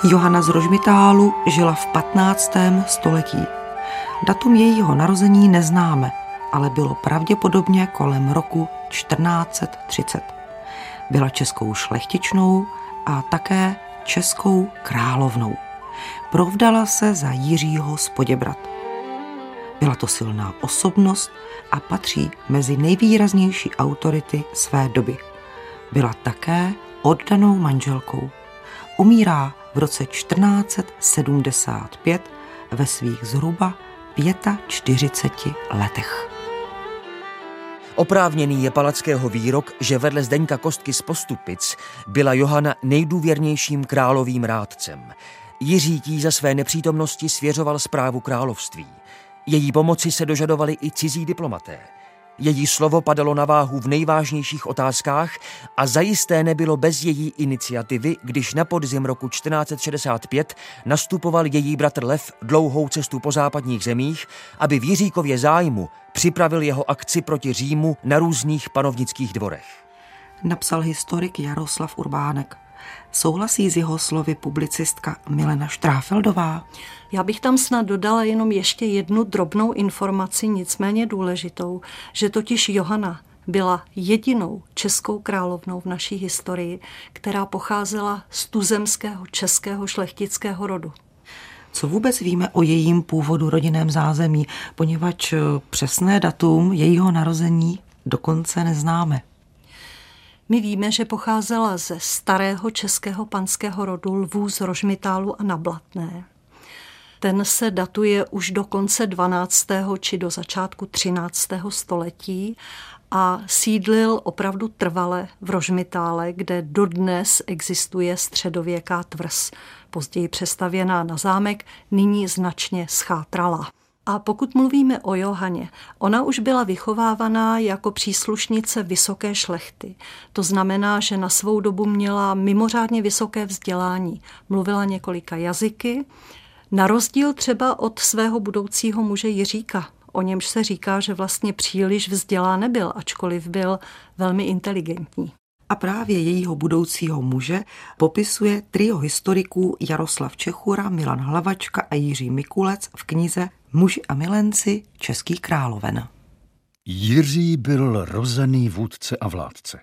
Johana z Rožmitálu žila v 15. století. Datum jejího narození neznáme, ale bylo pravděpodobně kolem roku 1430. Byla českou šlechtičnou a také českou královnou. Provdala se za Jiřího z Poděbrad. Byla to silná osobnost a patří mezi nejvýraznější autority své doby. Byla také oddanou manželkou. Umírá v roce 1475 ve svých zhruba 45 letech. Oprávněný je Palackého výrok, že vedle Zdeňka Kostky z Postupic byla Johana nejdůvěrnějším královým rádcem. Jiří tí za své nepřítomnosti svěřoval správu království. Její pomoci se dožadovali i cizí diplomaté. Její slovo padalo na váhu v nejvážnějších otázkách a zajisté nebylo bez její iniciativy, když na podzim roku 1465 nastupoval její bratr Lev dlouhou cestu po západních zemích, aby v Jiříkově zájmu připravil jeho akci proti Římu na různých panovnických dvorech. Napsal historik Jaroslav Urbánek. Souhlasí s jeho slovy publicistka Milena Štráfeldová? Já bych tam snad dodala jenom ještě jednu drobnou informaci, nicméně důležitou, že totiž Johana byla jedinou českou královnou v naší historii, která pocházela z tuzemského českého šlechtického rodu. Co vůbec víme o jejím původu, rodinném zázemí, poněvadž přesné datum jejího narození dokonce neznáme? My víme, že pocházela ze starého českého panského rodu Lvů z Rožmitálu a na Blatné. Ten se datuje už do konce 12. či do začátku 13. století a sídlil opravdu trvale v Rožmitále, kde dodnes existuje středověká tvrz, později přestavěná na zámek, nyní značně schátrala. A pokud mluvíme o Johaně, ona už byla vychovávaná jako příslušnice vysoké šlechty. To znamená, že na svou dobu měla mimořádně vysoké vzdělání. Mluvila několika jazyky, na rozdíl třeba od svého budoucího muže Jiříka. O němž se říká, že vlastně příliš vzdělán nebyl, ačkoliv byl velmi inteligentní. A právě jejího budoucího muže popisuje trio historiků Jaroslav Čechura, Milan Hlavačka a Jiří Mikulec v knize Muži a milenci českých královen. Jiří byl rozený vůdce a vládce.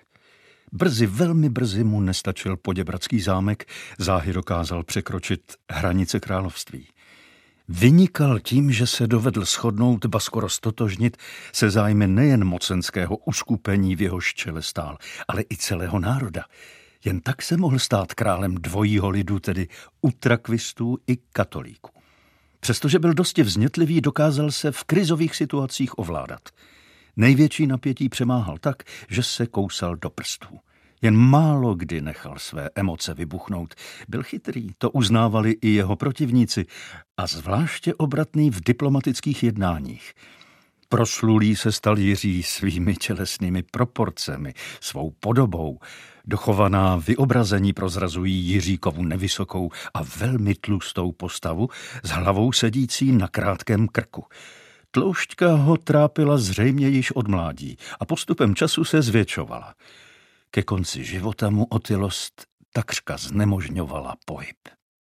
Velmi brzy mu nestačil Poděbradský zámek, záhy dokázal překročit hranice království. Vynikal tím, že se dovedl shodnout, ba skoro stotožnit se zájmy nejen mocenského uskupení, v jehož čele stál, ale i celého národa. Jen tak se mohl stát králem dvojího lidu, tedy utrakvistů i katolíků. Přestože byl dosti vznětlivý, dokázal se v krizových situacích ovládat. Největší napětí přemáhal tak, že se kousal do prstů. Jen málo kdy nechal své emoce vybuchnout. Byl chytrý, to uznávali i jeho protivníci a zvláště obratný v diplomatických jednáních. Proslulý se stal Jiří svými tělesnými proporcemi, svou podobou. Dochovaná vyobrazení prozrazují Jiříkovu nevysokou a velmi tlustou postavu s hlavou sedící na krátkém krku. Tloušťka ho trápila zřejmě již od mládí a postupem času se zvětšovala. Ke konci života mu otylost takřka znemožňovala pohyb.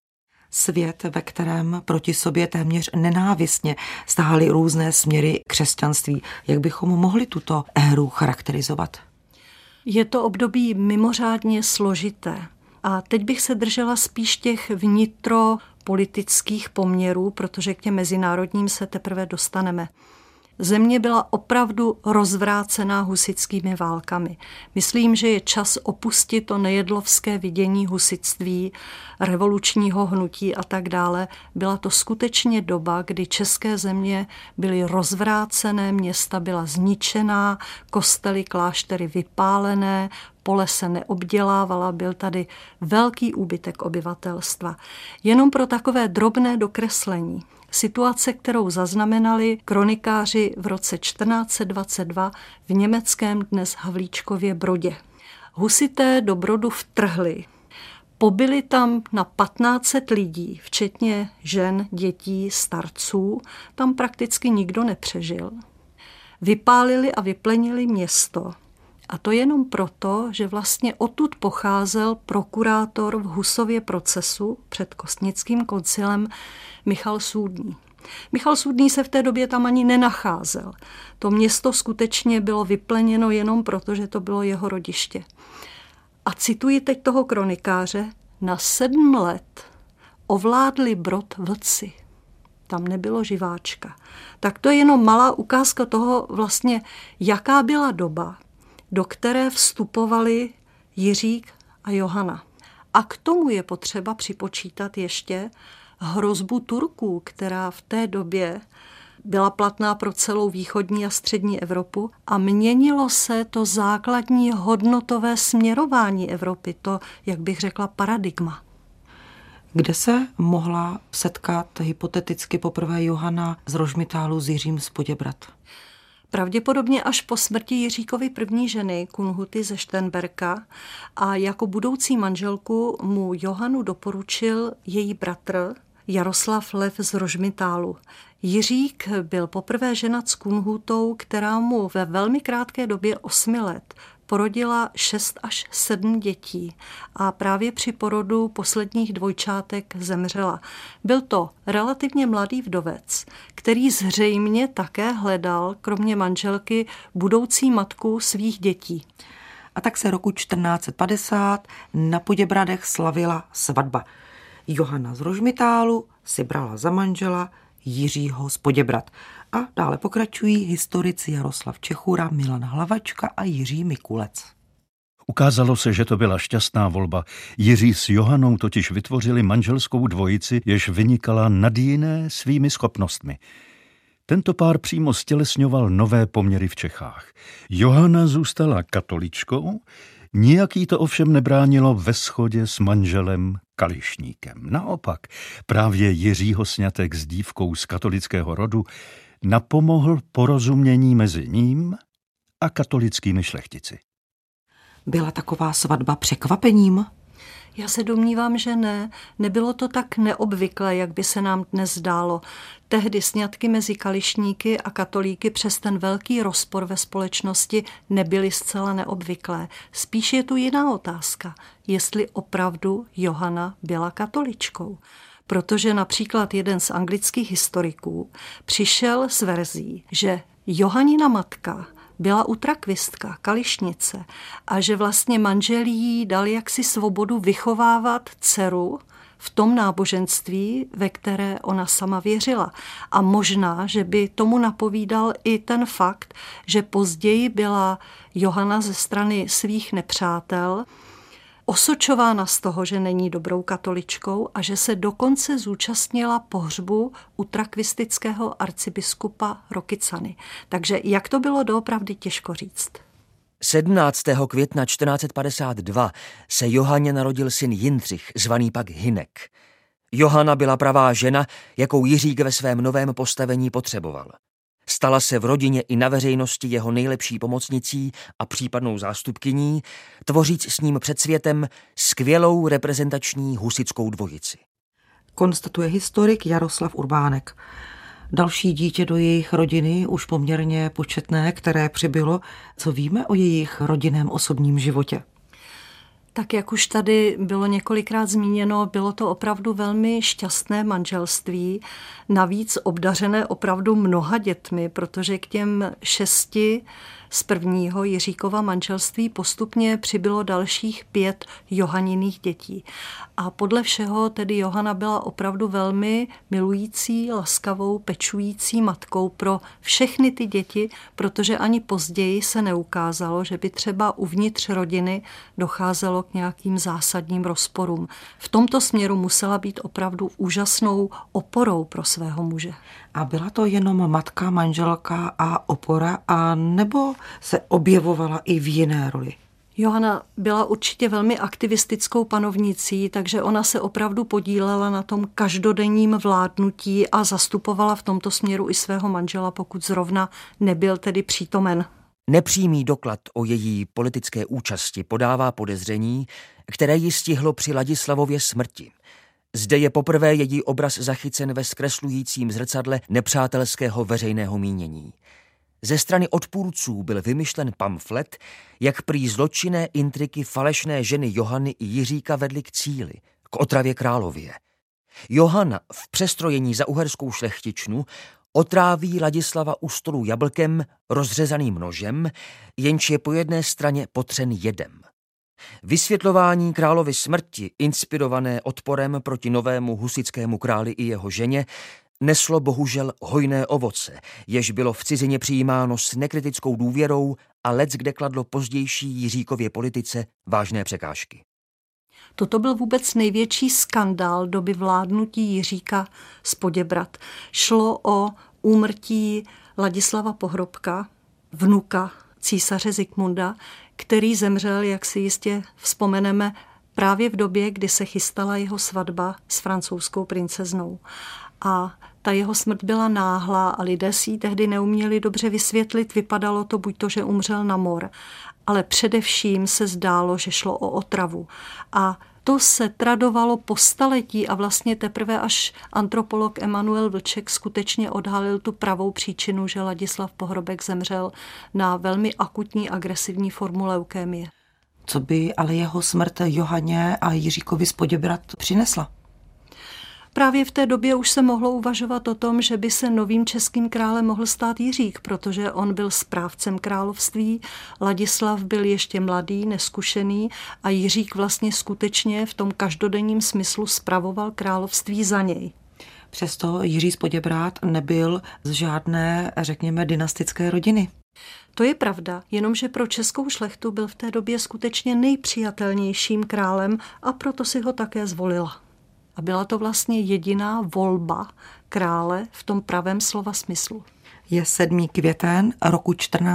Svět, ve kterém proti sobě téměř nenávistně stály různé směry křesťanství. Jak bychom mohli tuto éru charakterizovat? Je to období mimořádně složité. A teď bych se držela spíš těch vnitropolitických poměrů, protože k těm mezinárodním se teprve dostaneme. Země byla opravdu rozvrácená husitskými válkami. Myslím, že je čas opustit to nejedlovské vidění husitství, revolučního hnutí a tak dále. Byla to skutečně doba, kdy české země byly rozvrácené, města byla zničená, kostely, kláštery vypálené, pole se neobdělávala, byl tady velký úbytek obyvatelstva. Jenom pro takové drobné dokreslení. Situace, kterou zaznamenali kronikáři v roce 1422 v německém dnes Havlíčkově Brodě. Husité do Brodu vtrhli. Pobyli tam na 1500 lidí, včetně žen, dětí, starců. Tam prakticky nikdo nepřežil. Vypálili a vyplenili město A to jenom proto, že vlastně odtud pocházel prokurátor v Husově procesu před Kostnickým koncilem Michal Soudný. Michal Soudný se v té době tam ani nenacházel. To město skutečně bylo vypleněno jenom proto, že to bylo jeho rodiště. A cituji teď toho kronikáře, na 7 let ovládli Brod vlci. Tam nebylo živáčka. Tak to je jenom malá ukázka toho vlastně, jaká byla doba, do které vstupovali Jiřík a Johana. A k tomu je potřeba připočítat ještě hrozbu Turků, která v té době byla platná pro celou východní a střední Evropu a měnilo se to základní hodnotové směrování Evropy, to, jak bych řekla, paradigma. Kde se mohla setkat hypoteticky poprvé Johana z Rožmitálu s Jiřím z Poděbrad? Pravděpodobně až po smrti Jiříkovy první ženy, Kunhuty ze Šternberka, a jako budoucí manželku mu Johanu doporučil její bratr Jaroslav Lev z Rožmitálu. Jiřík byl poprvé ženat s Kunhutou, která mu ve velmi krátké době 8 let porodila 6 až 7 dětí a právě při porodu posledních dvojčátek zemřela. Byl to relativně mladý vdovec, který zřejmě také hledal, kromě manželky, budoucí matku svých dětí. A tak se roku 1450 na Poděbradech slavila svatba. Johana z Rožmitálu si brala za manžela Jiřího z Poděbrad. A dále pokračují historici Jaroslav Čechura, Milan Hlavačka a Jiří Mikulec. Ukázalo se, že to byla šťastná volba. Jiří s Johanou totiž vytvořili manželskou dvojici, jež vynikala nad jiné svými schopnostmi. Tento pár přímo stělesňoval nové poměry v Čechách. Johana zůstala katoličkou, nijak jí to ovšem nebránilo ve shodě s manželem Kališníkem. Naopak, právě Jiřího sňatek s dívkou z katolického rodu napomohl porozumění mezi ním a katolickými šlechtici. Byla taková svatba překvapením? Já se domnívám, že ne. Nebylo to tak neobvyklé, jak by se nám dnes zdálo. Tehdy sňatky mezi kališníky a katolíky přes ten velký rozpor ve společnosti nebyly zcela neobvyklé. Spíš je tu jiná otázka, jestli opravdu Johana byla katoličkou. Protože například jeden z anglických historiků přišel s verzí, že Johanina matka byla utrakvistka, kališnice a že vlastně manžel jí dal jaksi svobodu vychovávat dceru v tom náboženství, ve které ona sama věřila. A možná, že by tomu napovídal i ten fakt, že později byla Johana ze strany svých nepřátel osočována z toho, že není dobrou katoličkou a že se dokonce zúčastnila pohřbu utrakvistického arcibiskupa Rokycany. Takže jak to bylo doopravdy, těžko říct. 17. května 1452 se Johaně narodil syn Jindřich, zvaný pak Hynek. Johana byla pravá žena, jakou Jiřík ve svém novém postavení potřeboval. Stala se v rodině i na veřejnosti jeho nejlepší pomocnicí a případnou zástupkyní, tvoříc s ním před světem skvělou reprezentační husitskou dvojici. Konstatuje historik Jaroslav Urbánek. Další dítě do jejich rodiny, už poměrně početné, které přibylo. Co víme o jejich rodinném osobním životě? Tak jak už tady bylo několikrát zmíněno, bylo to opravdu velmi šťastné manželství, navíc obdařené opravdu mnoha dětmi, protože k těm 6 z prvního Jiříkova manželství postupně přibylo dalších 5 Johaniných dětí. A podle všeho tedy Johana byla opravdu velmi milující, laskavou, pečující matkou pro všechny ty děti, protože ani později se neukázalo, že by třeba uvnitř rodiny docházelo k nějakým zásadním rozporům. V tomto směru musela být opravdu úžasnou oporou pro svého muže. A byla to jenom matka, manželka a opora, a nebo se objevovala i v jiné roli? Johana byla určitě velmi aktivistickou panovnicí, takže ona se opravdu podílela na tom každodenním vládnutí a zastupovala v tomto směru i svého manžela, pokud zrovna nebyl tedy přítomen. Nepřímý doklad o její politické účasti podává podezření, které ji stihlo při Ladislavově smrti. Zde je poprvé její obraz zachycen ve zkreslujícím zrcadle nepřátelského veřejného mínění. Ze strany odpůrců byl vymyšlen pamflet, jak prý zločinné intriky falešné ženy Johany i Jiříka vedly k cíli, k otravě králově. Johana v přestrojení za uherskou šlechtičnu otráví Ladislava u stolu jablkem rozřezaným nožem, jenž je po jedné straně potřen jedem. Vysvětlování královy smrti, inspirované odporem proti novému husitskému králi i jeho ženě, neslo bohužel hojné ovoce, jež bylo v cizině přijímáno s nekritickou důvěrou a leckde kladlo pozdější Jiříkově politice vážné překážky. Toto byl vůbec největší skandál doby vládnutí Jiříka z Poděbrad. Šlo o úmrtí Ladislava Pohrobka, vnuka císaře Zikmunda, který zemřel, jak si jistě vzpomeneme, právě v době, kdy se chystala jeho svatba s francouzskou princeznou. A ta jeho smrt byla náhlá a lidé si ji tehdy neuměli dobře vysvětlit. Vypadalo to buď to, že umřel na mor, ale především se zdálo, že šlo o otravu. A to se tradovalo po staletí a vlastně teprve až antropolog Emanuel Vlček skutečně odhalil tu pravou příčinu, že Ladislav Pohrobek zemřel na velmi akutní agresivní formu leukémie. Co by ale jeho smrt Johaně a Jiříkovi z Poděbrad přinesla? Právě v té době už se mohlo uvažovat o tom, že by se novým českým králem mohl stát Jiřík, protože on byl správcem království, Ladislav byl ještě mladý, neskušený a Jiřík vlastně skutečně v tom každodenním smyslu spravoval království za něj. Přesto Jiří z Poděbrad nebyl z žádné, řekněme, dynastické rodiny. To je pravda, jenomže pro českou šlechtu byl v té době skutečně nejpřijatelnějším králem a proto si ho také zvolila. A byla to vlastně jediná volba krále v tom pravém slova smyslu. Je 7. květen roku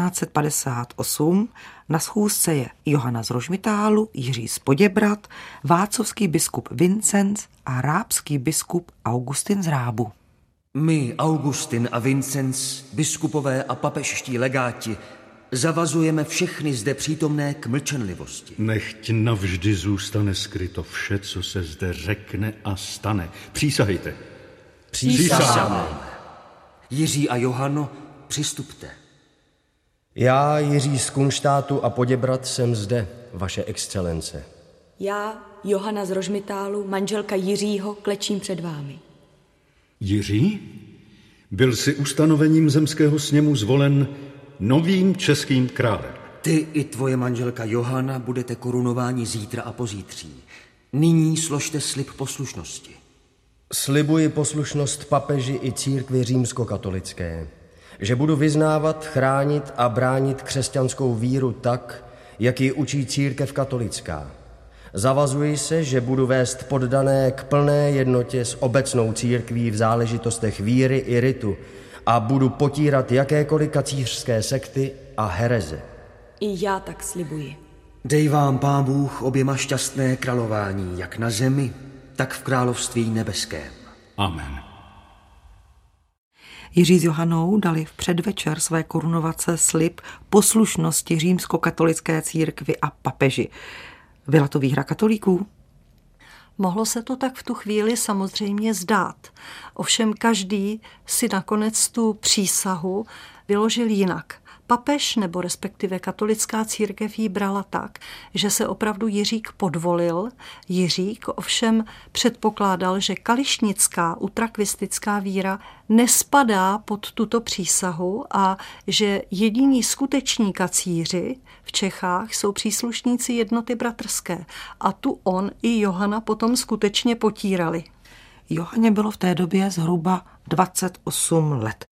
1458. Na schůzce je Johana z Rožmitálu, Jiří z Poděbrad, vácovský biskup Vincenc a rábský biskup Augustin z Rábu. My, Augustin a Vincenc, biskupové a papežští legáti, zavazujeme všechny zde přítomné k mlčenlivosti. Nechť navždy zůstane skryto vše, co se zde řekne a stane. Přísahejte. Přísahám. Jiří a Johano, přistupte. Já, Jiří z Kunštátu a Poděbrad, jsem zde, vaše excelence. Já, Johana z Rožmitálu, manželka Jiřího, klečím před vámi. Jiří? Byl si ustanovením zemského sněmu zvolen novým českým králem. Ty i tvoje manželka Johana budete korunováni zítra a pozítří. Nyní složte slib poslušnosti. Slibuji poslušnost papeži i církvi římskokatolické, že budu vyznávat, chránit a bránit křesťanskou víru tak, jak ji učí církev katolická. Zavazuji se, že budu vést poddané k plné jednotě s obecnou církví v záležitostech víry i ritu a budu potírat jakékoliv kacířské sekty a hereze. I já tak slibuji. Dej vám, Pán Bůh, oběma šťastné králování, jak na zemi, tak v království nebeském. Amen. Jiří s Johanou dali v předvečer své korunovace slib poslušnosti římskokatolické církvi a papeži. Byla to výhra katolíků? Mohlo se to tak v tu chvíli samozřejmě zdát. Ovšem každý si nakonec tu přísahu vyložil jinak. Papež nebo respektive katolická církev ji brala tak, že se opravdu Jiřík podvolil. Jiřík ovšem předpokládal, že kališnická utrakvistická víra nespadá pod tuto přísahu a že jediní skuteční kacíři v Čechách jsou příslušníci jednoty bratrské. A tu on i Johana potom skutečně potírali. Johaně bylo v té době zhruba 28 let.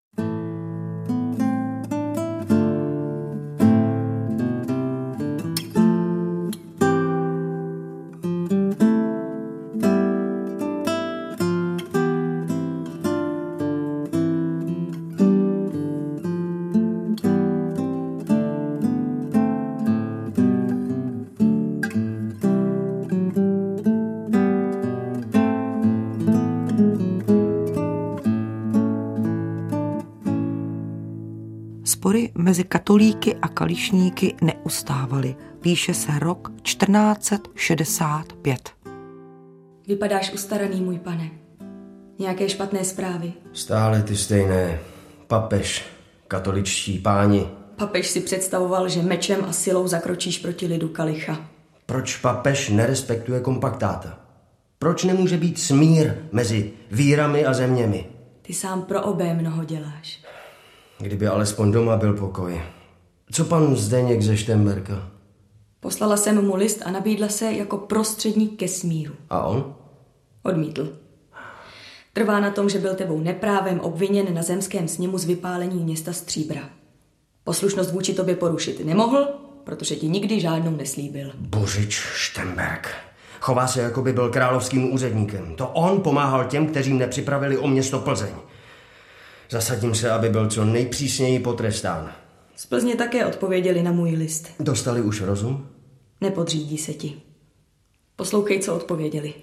Spory mezi katolíky a kališníky neustávaly. Píše se rok 1465. Vypadáš ustaraný, můj pane. Nějaké špatné zprávy? Stále ty stejné. Papež, katoličtí páni. Papež si představoval, že mečem a silou zakročíš proti lidu kalicha. Proč papež nerespektuje kompaktáta? Proč nemůže být smír mezi vírami a zeměmi? Ty sám pro obé mnoho děláš. Kdyby alespoň doma byl pokoj. Co pan Zdeněk ze Štemberka? Poslala jsem mu list a nabídla se jako prostředník ke smíru. A on? Odmítl. Trvá na tom, že byl tebou neprávem obviněn na zemském sněmu z vypálení města Stříbra. Poslušnost vůči tobě porušit nemohl, protože ti nikdy žádnou neslíbil. Bořič Štemberk. Chová se, jako by byl královským úředníkem. To on pomáhal těm, kteří mne připravili o město Plzeň. Zasadím se, aby byl co nejpřísněji potrestán. Z Plzně také odpověděli na můj list. Dostali už rozum? Nepodřídí se ti. Poslouchej, co odpověděli.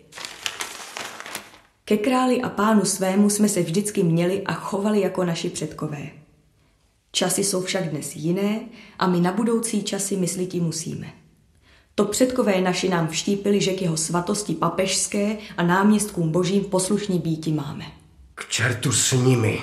Ke králi a pánu svému jsme se vždycky měli a chovali jako naši předkové. Časy jsou však dnes jiné a my na budoucí časy mysliti musíme. To předkové naši nám vštípili, že k jeho svatosti papežské a náměstkům božím poslušní býti máme. K čertu s nimi.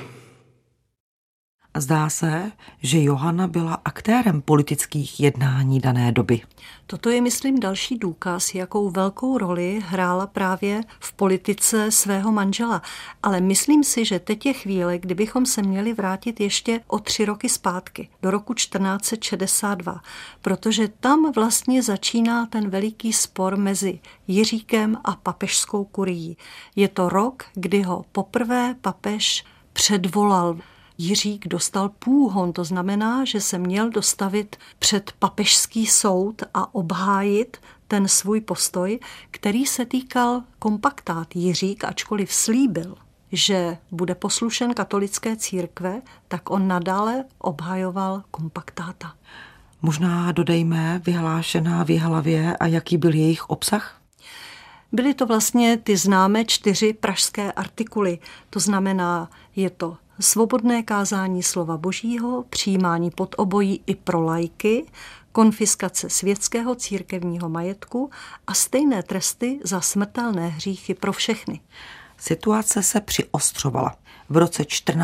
Zdá se, že Johana byla aktérem politických jednání dané doby. Toto je, myslím, další důkaz, jakou velkou roli hrála právě v politice svého manžela. Ale myslím si, že teď je chvíle, kdybychom se měli vrátit ještě o 3 roky zpátky, do roku 1462, protože tam vlastně začíná ten veliký spor mezi Jiříkem a papežskou kurií. Je to rok, kdy ho poprvé papež předvolal. Jiřík dostal půhon, to znamená, že se měl dostavit před papežský soud a obhájit ten svůj postoj, který se týkal kompaktát. Jiřík, ačkoliv slíbil, že bude poslušen katolické církve, tak on nadále obhajoval kompaktáta. Možná dodejme vyhlášená v Jihlavě a jaký byl jejich obsah? Byly to vlastně ty známé 4 pražské artikuly, to znamená, je to svobodné kázání slova božího, přijímání pod obojí i pro laiky, konfiskace světského církevního majetku a stejné tresty za smrtelné hříchy pro všechny. Situace se přiostřovala. V roce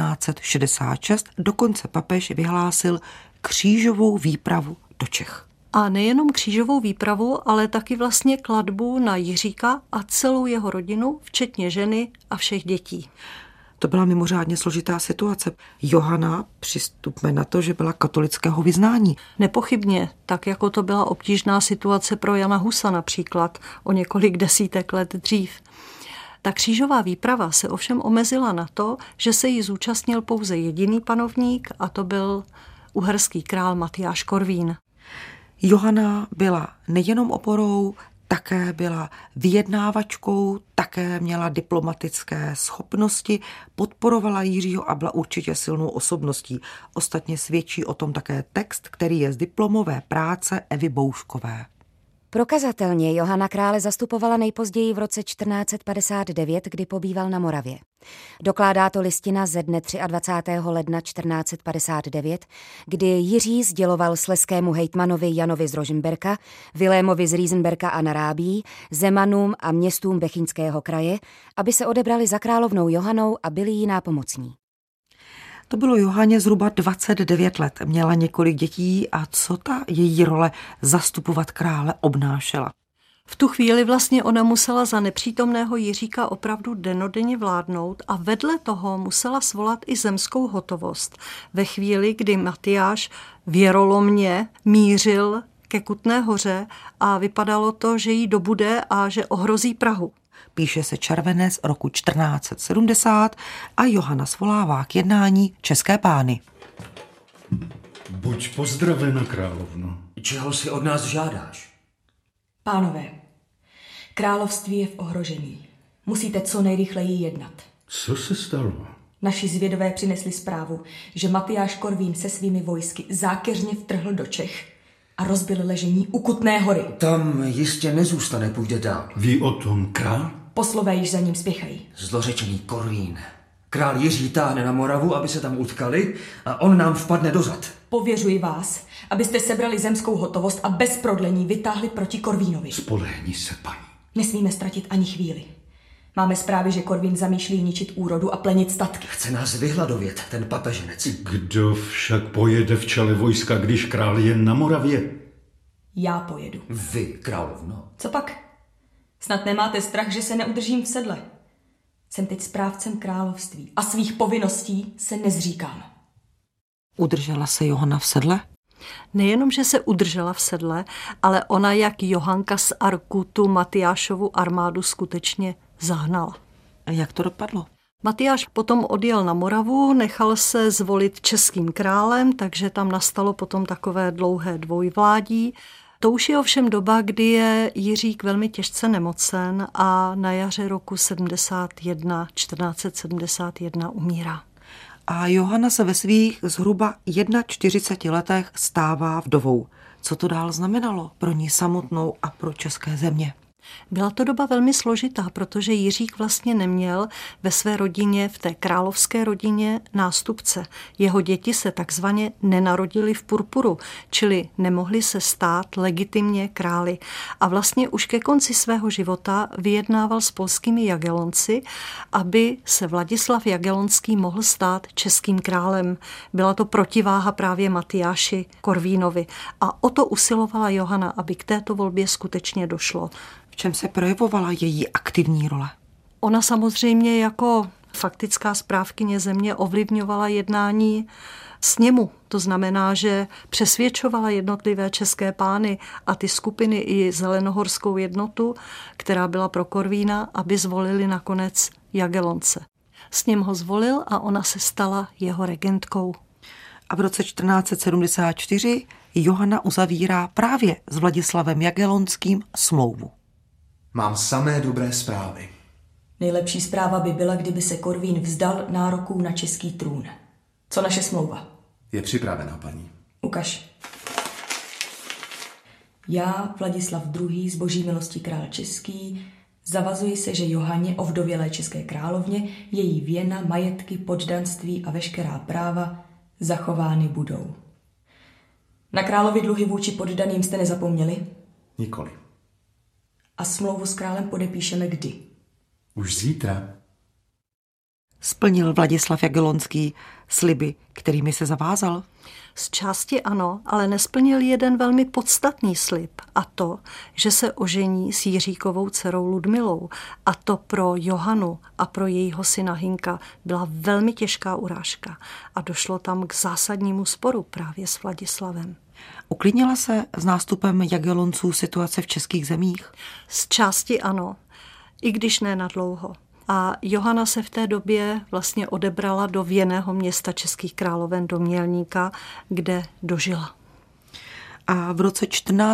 1466 dokonce papež vyhlásil křížovou výpravu do Čech. A nejenom křížovou výpravu, ale taky vlastně klatbu na Jiříka a celou jeho rodinu, včetně ženy a všech dětí. To byla mimořádně složitá situace. Johana, přistupme na to, že byla katolického vyznání. Nepochybně, tak jako to byla obtížná situace pro Jana Husa například o několik desítek let dřív. Ta křížová výprava se ovšem omezila na to, že se jí zúčastnil pouze jediný panovník a to byl uherský král Matyáš Korvín. Johana byla nejenom oporou, také byla vyjednávačkou, také měla diplomatické schopnosti, podporovala Jiřího a byla určitě silnou osobností. Ostatně svědčí o tom také text, který je z diplomové práce Evy Bouškové. Prokazatelně Johana krále zastupovala nejpozději v roce 1459, kdy pobýval na Moravě. Dokládá to listina ze dne 23. ledna 1459, kdy Jiří sděloval slezskému hejtmanovi Janovi z Rožmberka, Vilémovi z Riesenberka a Narábí, Zemanům a městům Bechyňského kraje, aby se odebrali za královnou Johanou a byli jí nápomocní. To bylo Johaně zhruba 29 let. Měla několik dětí a co ta její role zastupovat krále obnášela? V tu chvíli vlastně ona musela za nepřítomného Jiříka opravdu dennodenně vládnout a vedle toho musela svolat i zemskou hotovost. Ve chvíli, kdy Matyáš věrolomně mířil ke Kutné Hoře a vypadalo to, že jí dobude a že ohrozí Prahu. Píše se červenec roku 1470 a Johana svolává k jednání české pány. Buď pozdravena, královno. Čeho si od nás žádáš? Pánové, království je v ohrožení. Musíte co nejrychleji jednat. Co se stalo? Naši zvědové přinesli zprávu, že Matyáš Korvín se svými vojsky zákeřně vtrhl do Čech a rozbil ležení u Kutné Hory. Tam jistě nezůstane, půjde dál. Ví o tom král? Poslové již za ním spěchají. Zlořečený Korvín. Král Jiří táhne na Moravu, aby se tam utkali a on nám vpadne do zad. Pověřuji vás, abyste sebrali zemskou hotovost a bez prodlení vytáhli proti Korvínovi. Spolehni se, paní. Nesmíme ztratit ani chvíli. Máme zprávy, že Korvín zamýšlí ničit úrodu a plenit statky. Chce nás vyhladovět, ten papeženec. Kdo však pojede v čele vojska, když král je na Moravě? Já pojedu. Vy, královno. Co pak? Snad nemáte strach, že se neudržím v sedle. Jsem teď správcem království a svých povinností se nezříkám. Udržela se Johana v sedle? Nejenom, že se udržela v sedle, ale ona jak Johanka z Arku tu Matyášovu armádu skutečně zahnala. A jak to dopadlo? Matyáš potom odjel na Moravu, nechal se zvolit českým králem, takže tam nastalo potom takové dlouhé dvojvládí. To už je ovšem doba, kdy je Jiřík velmi těžce nemocen a na jaře roku 1471 umírá. A Johana se ve svých zhruba 41 letech stává vdovou. Co to dál znamenalo pro ní samotnou a pro české země? Byla to doba velmi složitá, protože Jiřík vlastně neměl ve své rodině, v té královské rodině, nástupce. Jeho děti se takzvaně nenarodily v purpuru, čili nemohli se stát legitimně králi. A vlastně už ke konci svého života vyjednával s polskými Jagellonci, aby se Vladislav Jagellonský mohl stát českým králem. Byla to protiváha právě Matyáši Korvínovi. A o to usilovala Johana, aby k této volbě skutečně došlo. V čem se projevovala její aktivní role? Ona samozřejmě jako faktická správkyně země ovlivňovala jednání sněmu. To znamená, že přesvědčovala jednotlivé české pány a ty skupiny i zelenohorskou jednotu, která byla pro Korvína, aby zvolili nakonec Jagellonce. Sněm ho zvolil a ona se stala jeho regentkou. A v roce 1474 Johana uzavírá právě s Vladislavem Jagellonským smlouvu. Mám samé dobré zprávy. Nejlepší zpráva by byla, kdyby se Korvín vzdal nároků na český trůn. Co naše smlouva? Je připravena, paní. Ukaž. Já, Vladislav II. Z boží milosti král český, zavazuji se, že Johaně, ovdovělé české královně, její věna, majetky, poddanství a veškerá práva zachovány budou. Na královi dluhy vůči poddaným jste nezapomněli? Nikoli. A smlouvu s králem podepíšeme kdy? Už zítra. Splnil Vladislav Jagellonský sliby, kterými se zavázal? Z části ano, ale nesplnil jeden velmi podstatný slib, a to, že se ožení s Jiříkovou dcerou Ludmilou. A to pro Johanu a pro jejího syna Hynka byla velmi těžká urážka a došlo tam k zásadnímu sporu právě s Vladislavem. Uklidnila se s nástupem Jagellonců situace v českých zemích? Z části ano, i když ne na dlouho. A Johana se v té době vlastně odebrala do věnného města českých královen, do Mělníka, kde dožila. A v roce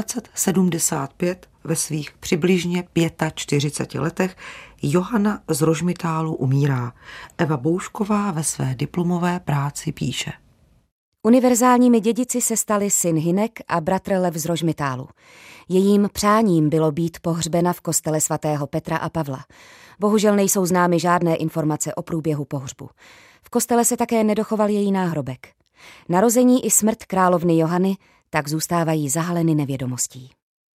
1475 ve svých přibližně 45 letech Johana z Rožmitálu umírá. Eva Boušková ve své diplomové práci píše. Univerzálními dědici se stali syn Hynek a bratr Lev z Rožmitálu. Jejím přáním bylo být pohřbena v kostele svatého Petra a Pavla. Bohužel nejsou známy žádné informace o průběhu pohřbu. V kostele se také nedochoval její náhrobek. Narození i smrt královny Johany tak zůstávají zahaleny nevědomostí.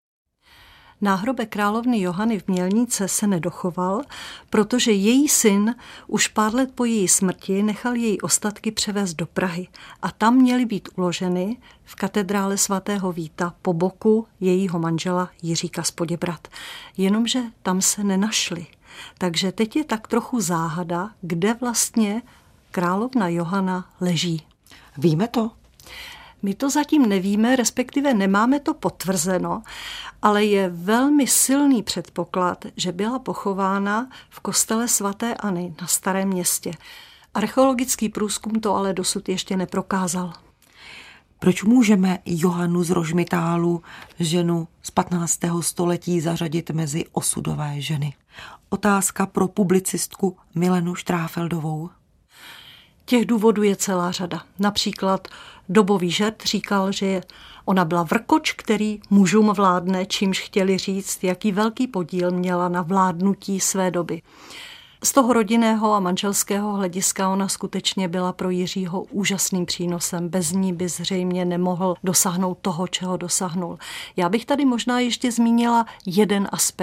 Náhrobek královny Johany v Mělnice se nedochoval, protože její syn už pár let po její smrti nechal její ostatky převést do Prahy a tam měly být uloženy v katedrále svatého Víta po boku jejího manžela Jiříka z Poděbrad. Jenomže tam se nenašly. Takže teď je tak trochu záhada, kde vlastně královna Johana leží. Víme to? My to zatím nevíme, respektive nemáme to potvrzeno, ale je velmi silný předpoklad, že byla pochována v kostele svaté Anny na Starém Městě. Archeologický průzkum to ale dosud ještě neprokázal. Proč můžeme Johanu z Rožmitálu, ženu z 15. století, zařadit mezi osudové ženy? Otázka pro publicistku Milenu Štráfeldovou. Těch důvodů je celá řada. Například dobový žert říkal, že ona byla vrkoč, který mužům vládne, čímž chtěli říct, jaký velký podíl měla na vládnutí své doby. Z toho rodinného a manželského hlediska ona skutečně byla pro Jiřího úžasným přínosem. Bez ní by zřejmě nemohl dosáhnout toho, čeho dosáhnul. Já bych tady možná ještě zmínila jeden aspekt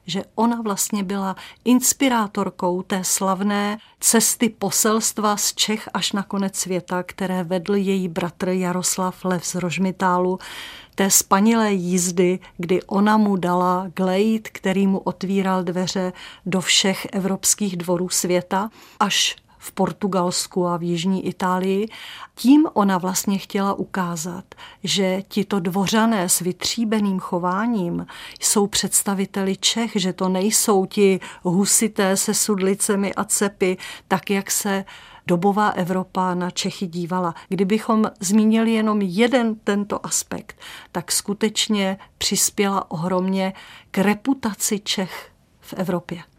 že ona vlastně byla inspirátorkou té slavné cesty poselstva z Čech až na konec světa, které vedl její bratr Jaroslav Lev z Rožmitálu, té spanilé jízdy, kdy ona mu dala glejt, který mu otvíral dveře do všech evropských dvorů světa, až v Portugalsku a v jižní Itálii. Tím ona vlastně chtěla ukázat, že tito dvořané s vytříbeným chováním jsou představiteli Čech, že to nejsou ti husité se sudlicemi a cepy, tak jak se dobová Evropa na Čechy dívala. Kdybychom zmínili jenom jeden tento aspekt, tak skutečně přispěla ohromně k reputaci Čech v Evropě.